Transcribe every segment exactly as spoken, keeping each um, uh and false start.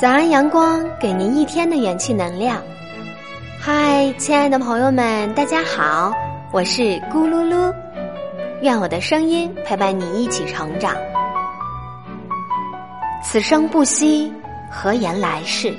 早安阳光，给您一天的元气能量。嗨，亲爱的朋友们，大家好，我是咕噜噜，愿我的声音陪伴你一起成长。此生不息，何言来世？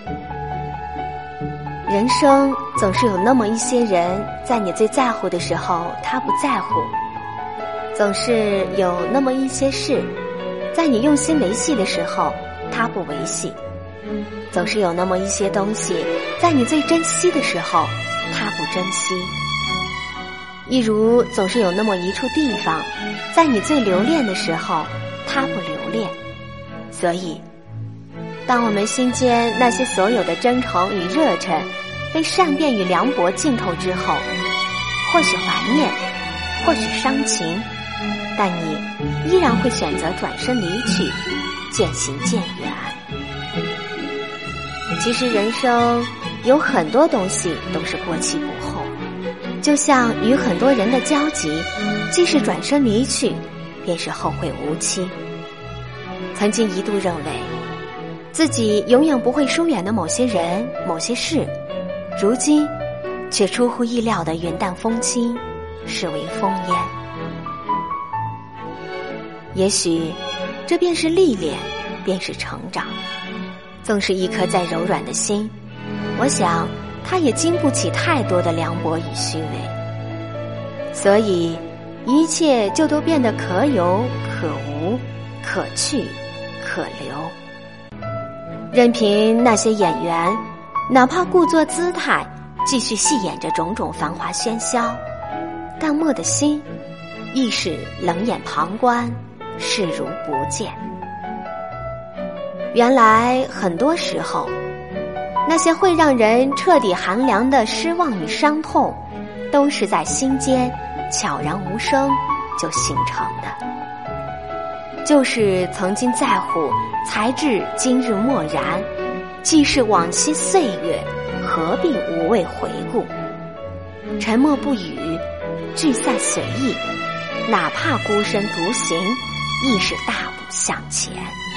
人生总是有那么一些人，在你最在乎的时候他不在乎，总是有那么一些事，在你用心维系的时候他不维系，总是有那么一些东西，在你最珍惜的时候他不珍惜。一如总是有那么一处地方，在你最留恋的时候他不留恋。所以当我们心间那些所有的真诚与热忱被善变与凉薄浸透之后，或许怀念，或许伤情，但你依然会选择转身离去，渐行渐远。其实人生有很多东西都是过期不候，就像与很多人的交集，既是转身离去，便是后会无期。曾经一度认为自己永远不会疏远的某些人某些事，如今却出乎意料的云淡风轻，视为风烟。也许这便是历练，便是成长。纵是一颗再柔软的心，我想它也经不起太多的凉薄与虚伪，所以一切就都变得可有可无，可去可留。任凭那些演员哪怕故作姿态，继续戏演着种种繁华喧嚣，淡漠的心亦是冷眼旁观，视如不见。原来很多时候，那些会让人彻底寒凉的失望与伤痛，都是在心间悄然无声就形成的。就是曾经在乎，才至今日默然，既是往昔岁月，何必无谓回顾？沉默不语，聚散随意，哪怕孤身独行，亦是大步向前。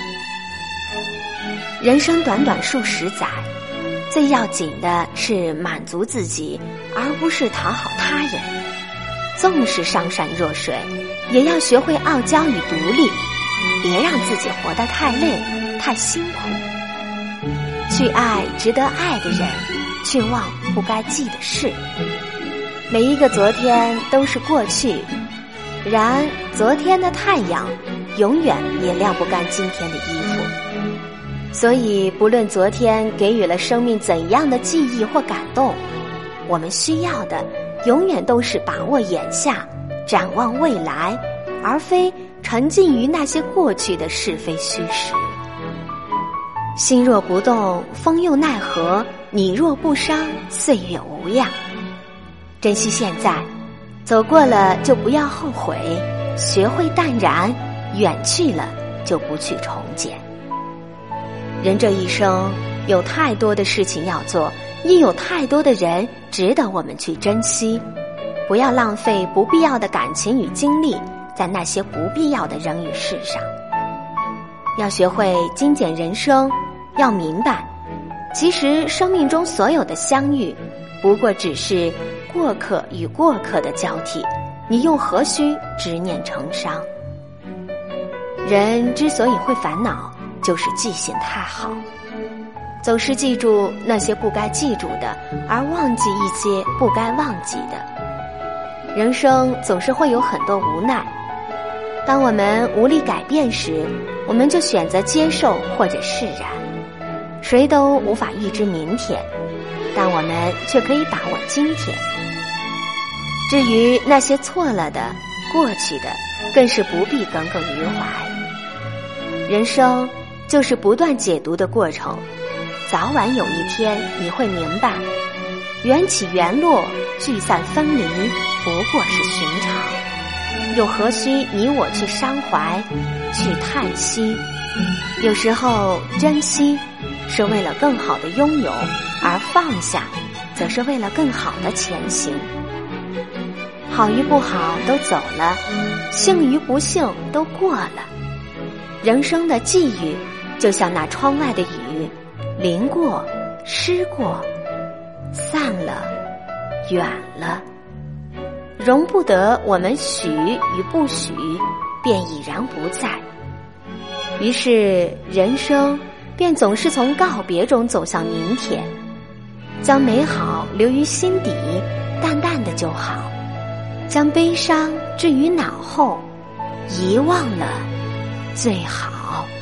人生短短数十载，最要紧的是满足自己，而不是讨好他人。纵是上善若水，也要学会傲娇与独立，别让自己活得太累太辛苦。去爱值得爱的人，去忘不该记的事。每一个昨天都是过去，然昨天的太阳永远也晾不干今天的衣服。所以不论昨天给予了生命怎样的记忆或感动，我们需要的永远都是把握眼下，展望未来，而非沉浸于那些过去的是非虚实。心若不动，风又奈何？你若不伤，岁月无恙。珍惜现在，走过了就不要后悔，学会淡然，远去了就不去重捡。人这一生有太多的事情要做，亦有太多的人值得我们去珍惜。不要浪费不必要的感情与精力在那些不必要的人与事上。要学会精简人生，要明白，其实生命中所有的相遇，不过只是过客与过客的交替，你又何须执念成伤？人之所以会烦恼，就是记性太好，总是记住那些不该记住的，而忘记一些不该忘记的。人生总是会有很多无奈，当我们无力改变时，我们就选择接受或者释然。谁都无法预知明天，但我们却可以把握今天。至于那些错了的过去的，更是不必耿耿于怀。人生就是不断解读的过程，早晚有一天你会明白，缘起缘落，聚散分离，不过是寻常，又何须你我去伤怀，去叹息？有时候珍惜是为了更好的拥有，而放下则是为了更好的前行。好与不好都走了，幸与不幸都过了。人生的际遇就像那窗外的雨， 临过，失过，散了，远了，容不得我们许与不许，便已然不在。于是人生便总是从告别中走向明天，将美好留于心底，淡淡的就好，将悲伤置于脑后，遗忘了最好。